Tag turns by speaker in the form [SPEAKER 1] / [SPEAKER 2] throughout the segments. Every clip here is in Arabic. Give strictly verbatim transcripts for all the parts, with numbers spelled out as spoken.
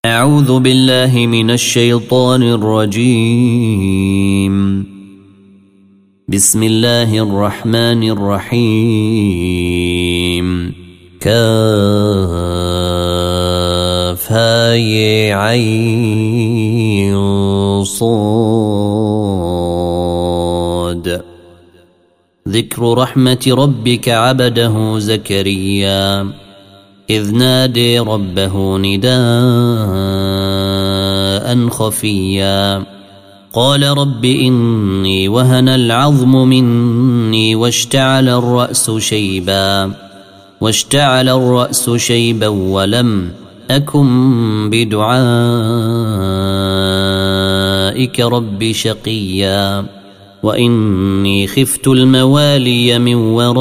[SPEAKER 1] أعوذ بالله من الشيطان الرجيم. بسم الله الرحمن الرحيم. كافها يا عين صاد. ذكر رحمة ربك عبده زكريا إذ نادي ربه نداء خفيا قال رب إني وهن العظم مني واشتعل الرأس شيبا واشتعل الرأس شيبا ولم أكن بدعائك رب شقيا وإني خفت الموالي من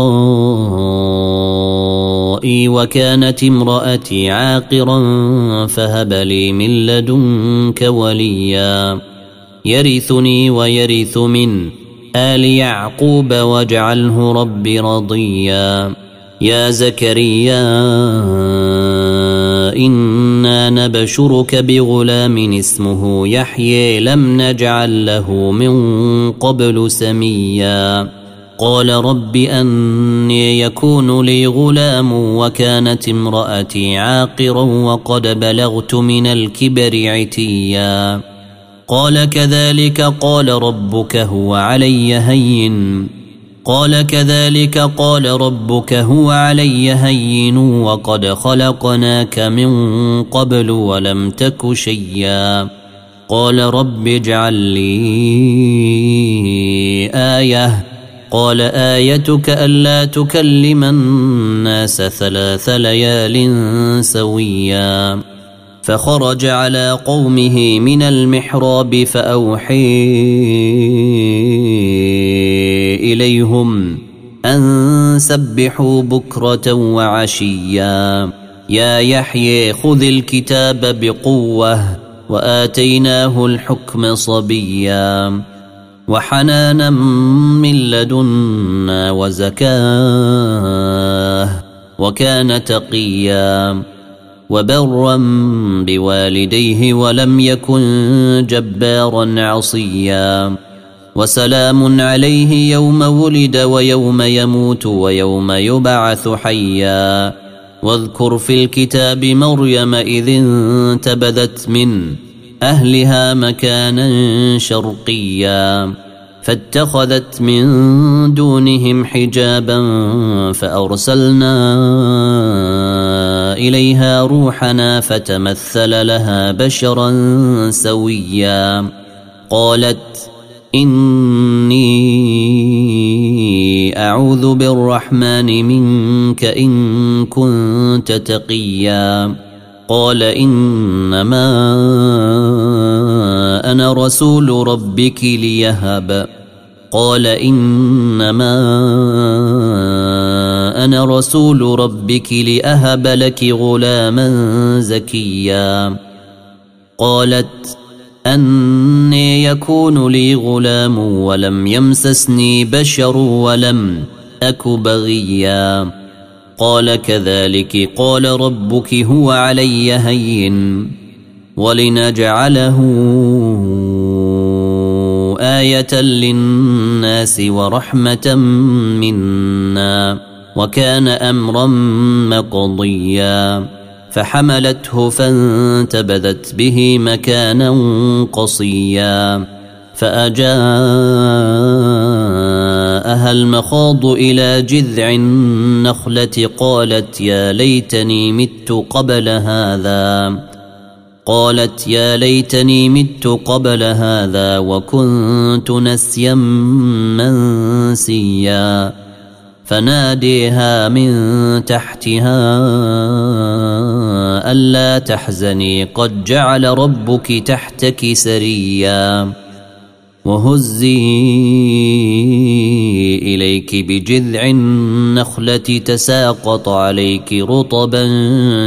[SPEAKER 1] ورائي وكانت امرأتي عاقرا فهب لي من لدنك وليا يرثني ويرث من آل يعقوب واجعله رب رضيا. يا زكريا إنا نبشرك بغلام اسمه يحيى لم نجعل له من قبل سميا قال رب أني يكون لي غلام وكانت امرأتي عاقرا وقد بلغت من الكبر عتيا قال كذلك قال ربك هو علي هين قال كذلك قال ربك هو علي هين وقد خلقناك من قبل ولم تك شيئا قال رب اجعل لي آية قال آيتك ألا تكلم الناس ثلاث ليال سويا فخرج على قومه من المحراب فأوحي إليهم أن سبحوا بكرة وعشيا يا يحيى خذ الكتاب بقوة وآتيناه الحكم صبيا وحنانا من لدنا وزكاه وكان تقيا وبرا بوالديه ولم يكن جبارا عصيا وسلام عليه يوم ولد ويوم يموت ويوم يبعث حيا واذكر في الكتاب مريم إذ انتبذت من أهلها مكانا شرقيا فاتخذت من دونهم حجابا فأرسلنا إليها روحنا فتمثل لها بشرا سويا قالت إني أعوذ بالرحمن منك إن كنت تقيا قال إنما أنا رسول ربك ليهب قال إنما أنا رسول ربك لأهب لك غلاما زكيا قالت أني يكون لي غلام ولم يمسسني بشر ولم أك بغيا قال كذلك قال ربك هو علي هين ولنجعله آية للناس ورحمة منا وكان أمرا مقضيا فحملته فانتبذت به مكانا قصيا فأجاءها المخاض إلى جذع النخلة قالت يا ليتني مت قبل هذا قالت يا ليتني مت قبل هذا وكنت نسيا منسيا فناديها من تحتها ألا تحزني قد جعل ربك تحتك سريا وهزي إليك بجذع النخلة تساقط عليك رطبا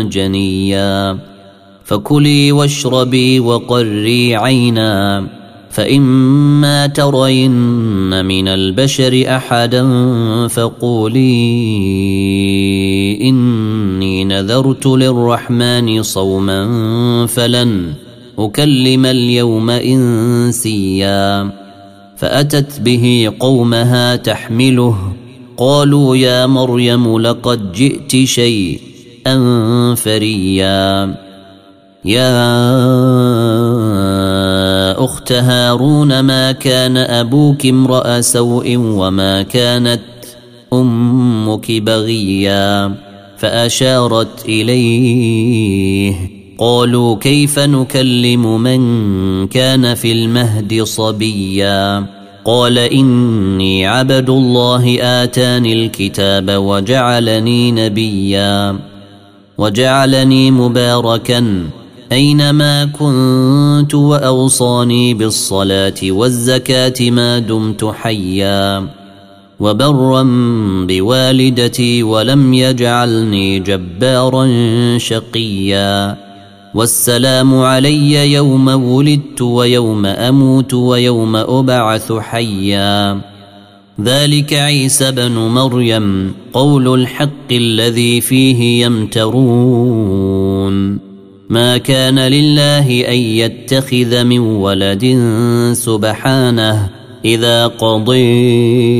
[SPEAKER 1] جنيا فكلي واشربي وقري عينا فإما ترين من البشر أحدا فقولي إني نذرت للرحمن صوما فلن أكلم اليوم إنسيا فأتت به قومها تحمله قالوا يا مريم لقد جئت شيئا فريا يا أخت هارون ما كان أبوك امرأ سوء وما كانت أمك بغيا فأشارت إليه قالوا كيف نكلم من كان في المهد صبيا قال إني عبد الله آتاني الكتاب وجعلني نبيا وجعلني مباركا أينما كنت وأوصاني بالصلاة والزكاة ما دمت حيا وبرا بوالدتي ولم يجعلني جبارا شقيا والسلام علي يوم ولدت ويوم أموت ويوم أبعث حيا ذلك عيسى بن مريم قول الحق الذي فيه يمترون ما كان لله أن يتخذ من ولد سبحانه إذا قضي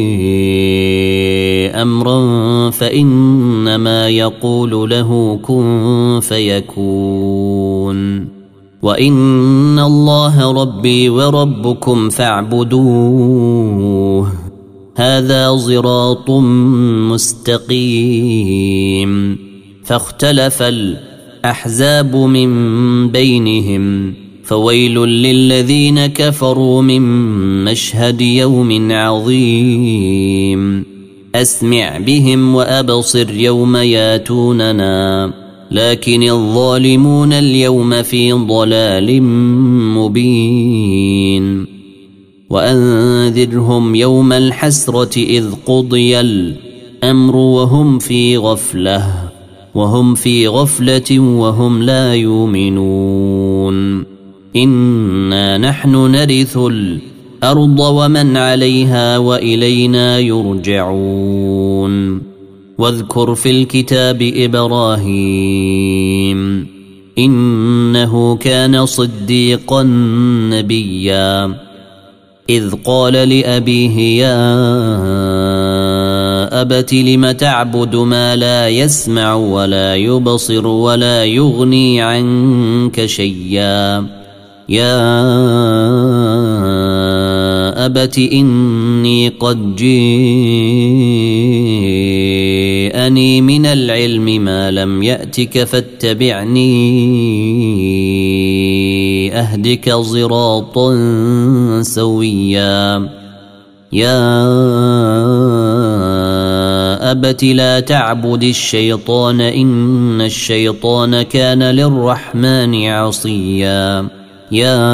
[SPEAKER 1] أمرا فإنما يقول له كن فيكون وإن الله ربي وربكم فاعبدوه هذا صراط مستقيم فاختلف الأحزاب من بينهم فويل للذين كفروا من مشهد يوم عظيم أسمع بهم وأبصر يوم ياتوننا لكن الظالمون اليوم في ضلال مبين وأنذرهم يوم الحسرة إذ قضي الأمر وهم في غفلة وهم في غفلة وهم لا يؤمنون إنا نحن نرث الأرض ومن عليها وإلينا يرجعون واذكر في الكتاب إبراهيم إنه كان صديقا نبيا إذ قال لأبيه يا أبت لم تعبد ما لا يسمع ولا يبصر ولا يغني عنك شيئا يا أبت إني قد جيءني من العلم ما لم يأتك فاتبعني أهدك صراطا سويا يا أبت لا تعبد الشيطان إن الشيطان كان للرحمن عصيا يا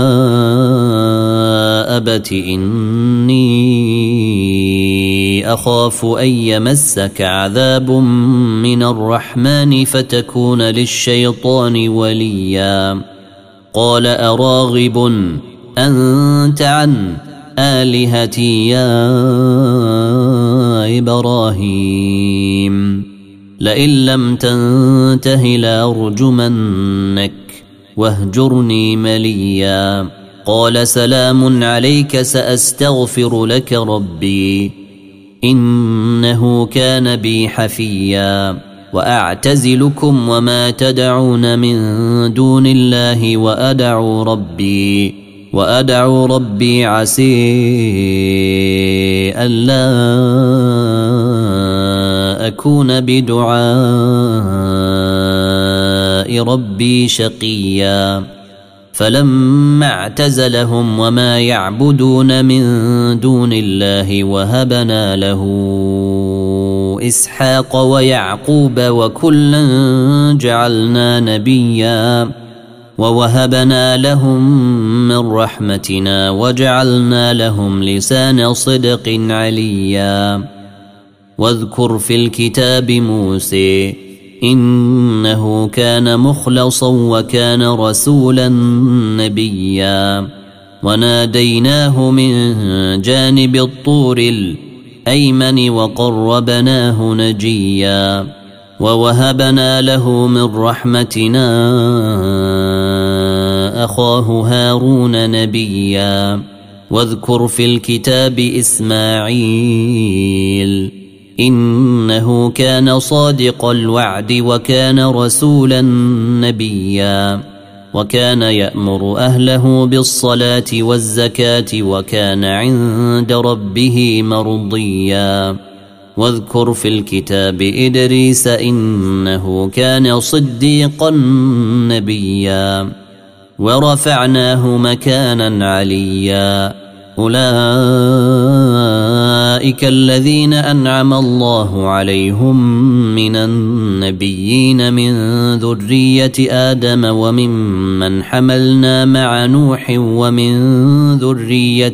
[SPEAKER 1] أبت إني أخاف أن يمسك عذاب من الرحمن فتكون للشيطان وليا قال أراغب أنت عن آلهتي يا إبراهيم لئن لم تنته لأرجمنك واهجرني مليا قال سلام عليك سأستغفر لك ربي إنه كان بي حفيا وأعتزلكم وما تدعون من دون الله وأدعو ربي وأدعو ربي عسي ألا أكون بدعاء ربي شقيا فلما اعتزلهم وما يعبدون من دون الله وهبنا له إسحاق ويعقوب وكلا جعلنا نبيا ووهبنا لهم من رحمتنا وجعلنا لهم لسان صدق عليا واذكر في الكتاب موسى إنه كان مخلصا وكان رسولا نبيا وناديناه من جانب الطور الأيمن وقربناه نجيا ووهبنا له من رحمتنا أخاه هارون نبيا واذكر في الكتاب إسماعيل إنه كان صادق الوعد وكان رسولا نبيا وكان يأمر أهله بالصلاة والزكاة وكان عند ربه مرضيا واذكر في الكتاب إدريس إنه كان صديقا نبيا ورفعناه مكانا عليا أولئك الذين أنعم الله عليهم من النبيين من ذرية آدم وممن حملنا مع نوح ومن ذرية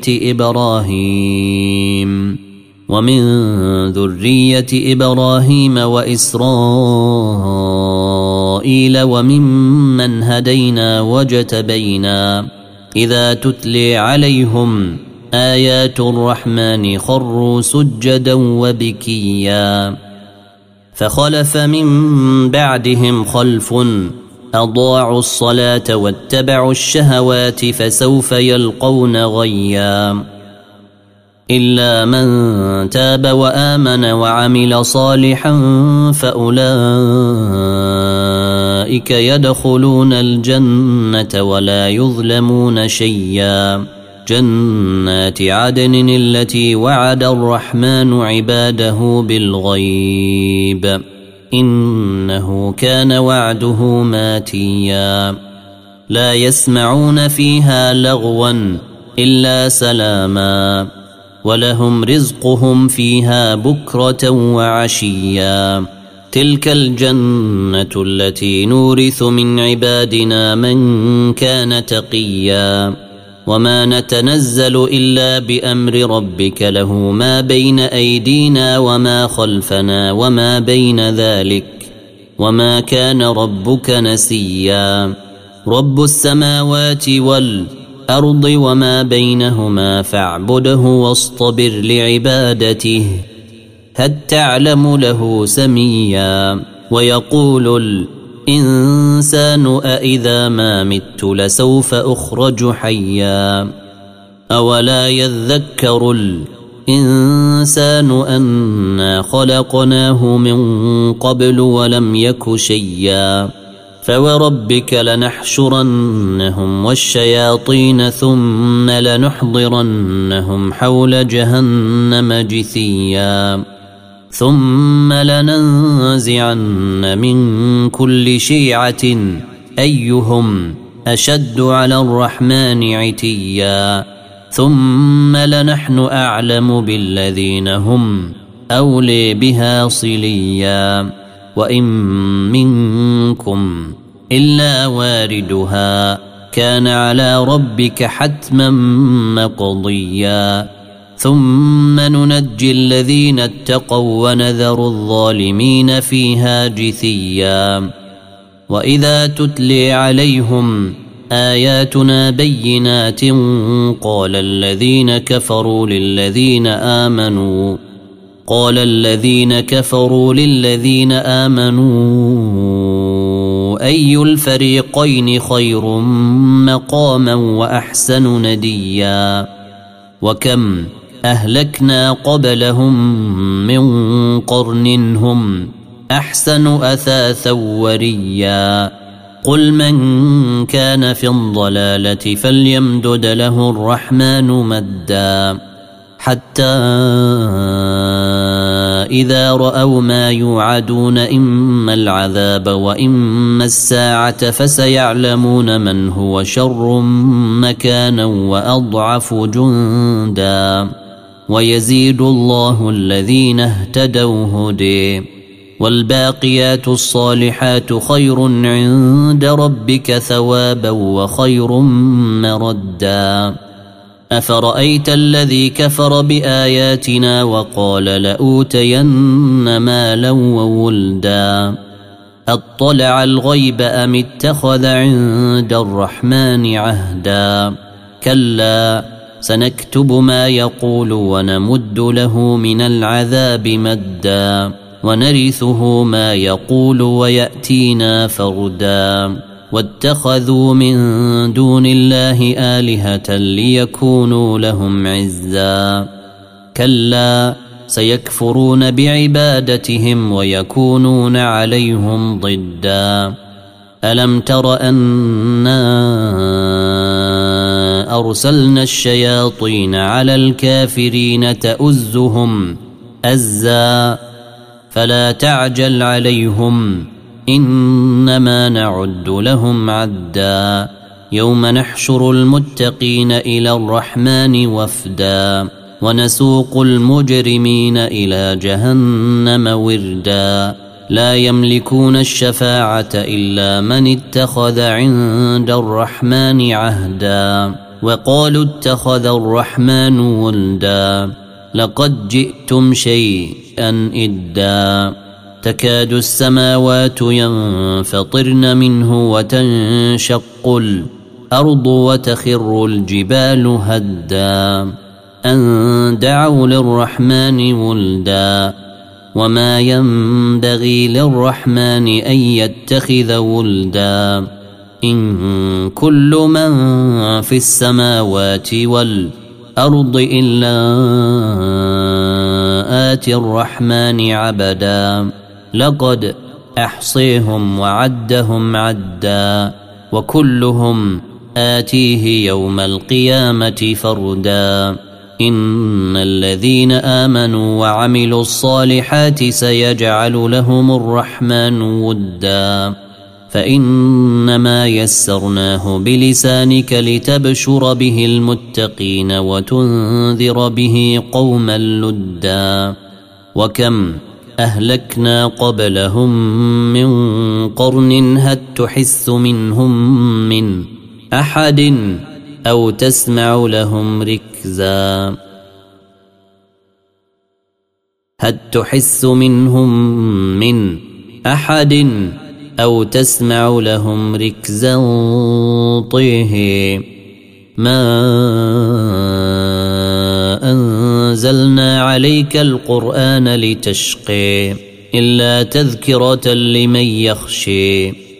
[SPEAKER 1] إبراهيم ومن ذرية إبراهيم وإسرائيل وممن هدينا وجتبينا إذا تتلي عليهم آيات الرحمن خروا سجدا وبكيا فخلف من بعدهم خلف أضاعوا الصلاة واتبعوا الشهوات فسوف يلقون غيا إلا من تاب وآمن وعمل صالحا فأولئك يدخلون الجنة ولا يظلمون شيئا جنات عدن التي وعد الرحمن عباده بالغيب إنه كان وعده ماتيا لا يسمعون فيها لغوا إلا سلاما ولهم رزقهم فيها بكرة وعشيا تلك الجنة التي نورث من عبادنا من كان تقيا وما نتنزل إلا بأمر ربك له ما بين أيدينا وما خلفنا وما بين ذلك وما كان ربك نسيا رب السماوات والأرض وما بينهما فاعبده واصطبر لعبادته هل تعلم له سميا ويقول الإنسان أإذا ما مت لسوف أخرج حيا أولا يذكر الإنسان أنا خلقناه من قبل ولم يك شيئا فوربك لنحشرنهم والشياطين ثم لنحضرنهم حول جهنم جثيا ثم لننزعن من كل شيعة أيهم أشد على الرحمن عتيا ثم لنحن أعلم بالذين هم أولي بها صليا وإن منكم إلا واردها كان على ربك حتما مقضيا ثم ننجي الذين اتقوا ونذر الظالمين فيها جثيا وإذا تتلي عليهم آياتنا بينات قال الذين كفروا للذين آمنوا قال الذين كفروا للذين آمنوا أي الفريقين خير مقاما وأحسن نديا وكم أهلكنا قبلهم من قرن هم أحسن أثاثا وريا قل من كان في الضلالة فليمدد له الرحمن مدا حتى إذا رأوا ما يوعدون إما العذاب وإما الساعة فسيعلمون من هو شر مكانا وأضعف جندا ويزيد الله الذين اهتدوا هدي والباقيات الصالحات خير عند ربك ثوابا وخير مردا أفرأيت الذي كفر بآياتنا وقال لأوتين مالا وولدا أطلع الغيب أم اتخذ عند الرحمن عهدا كلا سنكتب ما يقول ونمد له من العذاب مدا ونرثه ما يقول ويأتينا فردا واتخذوا من دون الله آلهة ليكونوا لهم عزا كلا سيكفرون بعبادتهم ويكونون عليهم ضدا ألم تر أنا أرسلنا الشياطين على الكافرين تؤزهم أزا فلا تعجل عليهم إنما نعد لهم عدا يوم نحشر المتقين إلى الرحمن وفدا ونسوق المجرمين إلى جهنم وردا لا يملكون الشفاعة إلا من اتخذ عند الرحمن عهدا وقالوا اتخذ الرحمن ولدا لقد جئتم شيئا إدا تكاد السماوات ينفطرن منه وتنشق الأرض وتخر الجبال هدا أن دعوا للرحمن ولدا وما ينبغي للرحمن أن يتخذ ولدا إن كل من في السماوات والأرض إلا آتي الرحمن عبدا لقد أحصيهم وعدهم عدا وكلهم آتيه يوم القيامة فردا إن الذين آمنوا وعملوا الصالحات سيجعل لهم الرحمن ودا فإنما يسرناه بلسانك لتبشر به المتقين وتنذر به قوما لدا وكم أهلكنا قبلهم من قرن هل تحس منهم من أحد أو تسمع لهم ركزا هل تحس منهم من أحد أو تسمع لهم ركزا طيه ما أنزلنا عليك القرآن لتشقي إلا تذكرة لمن يخشي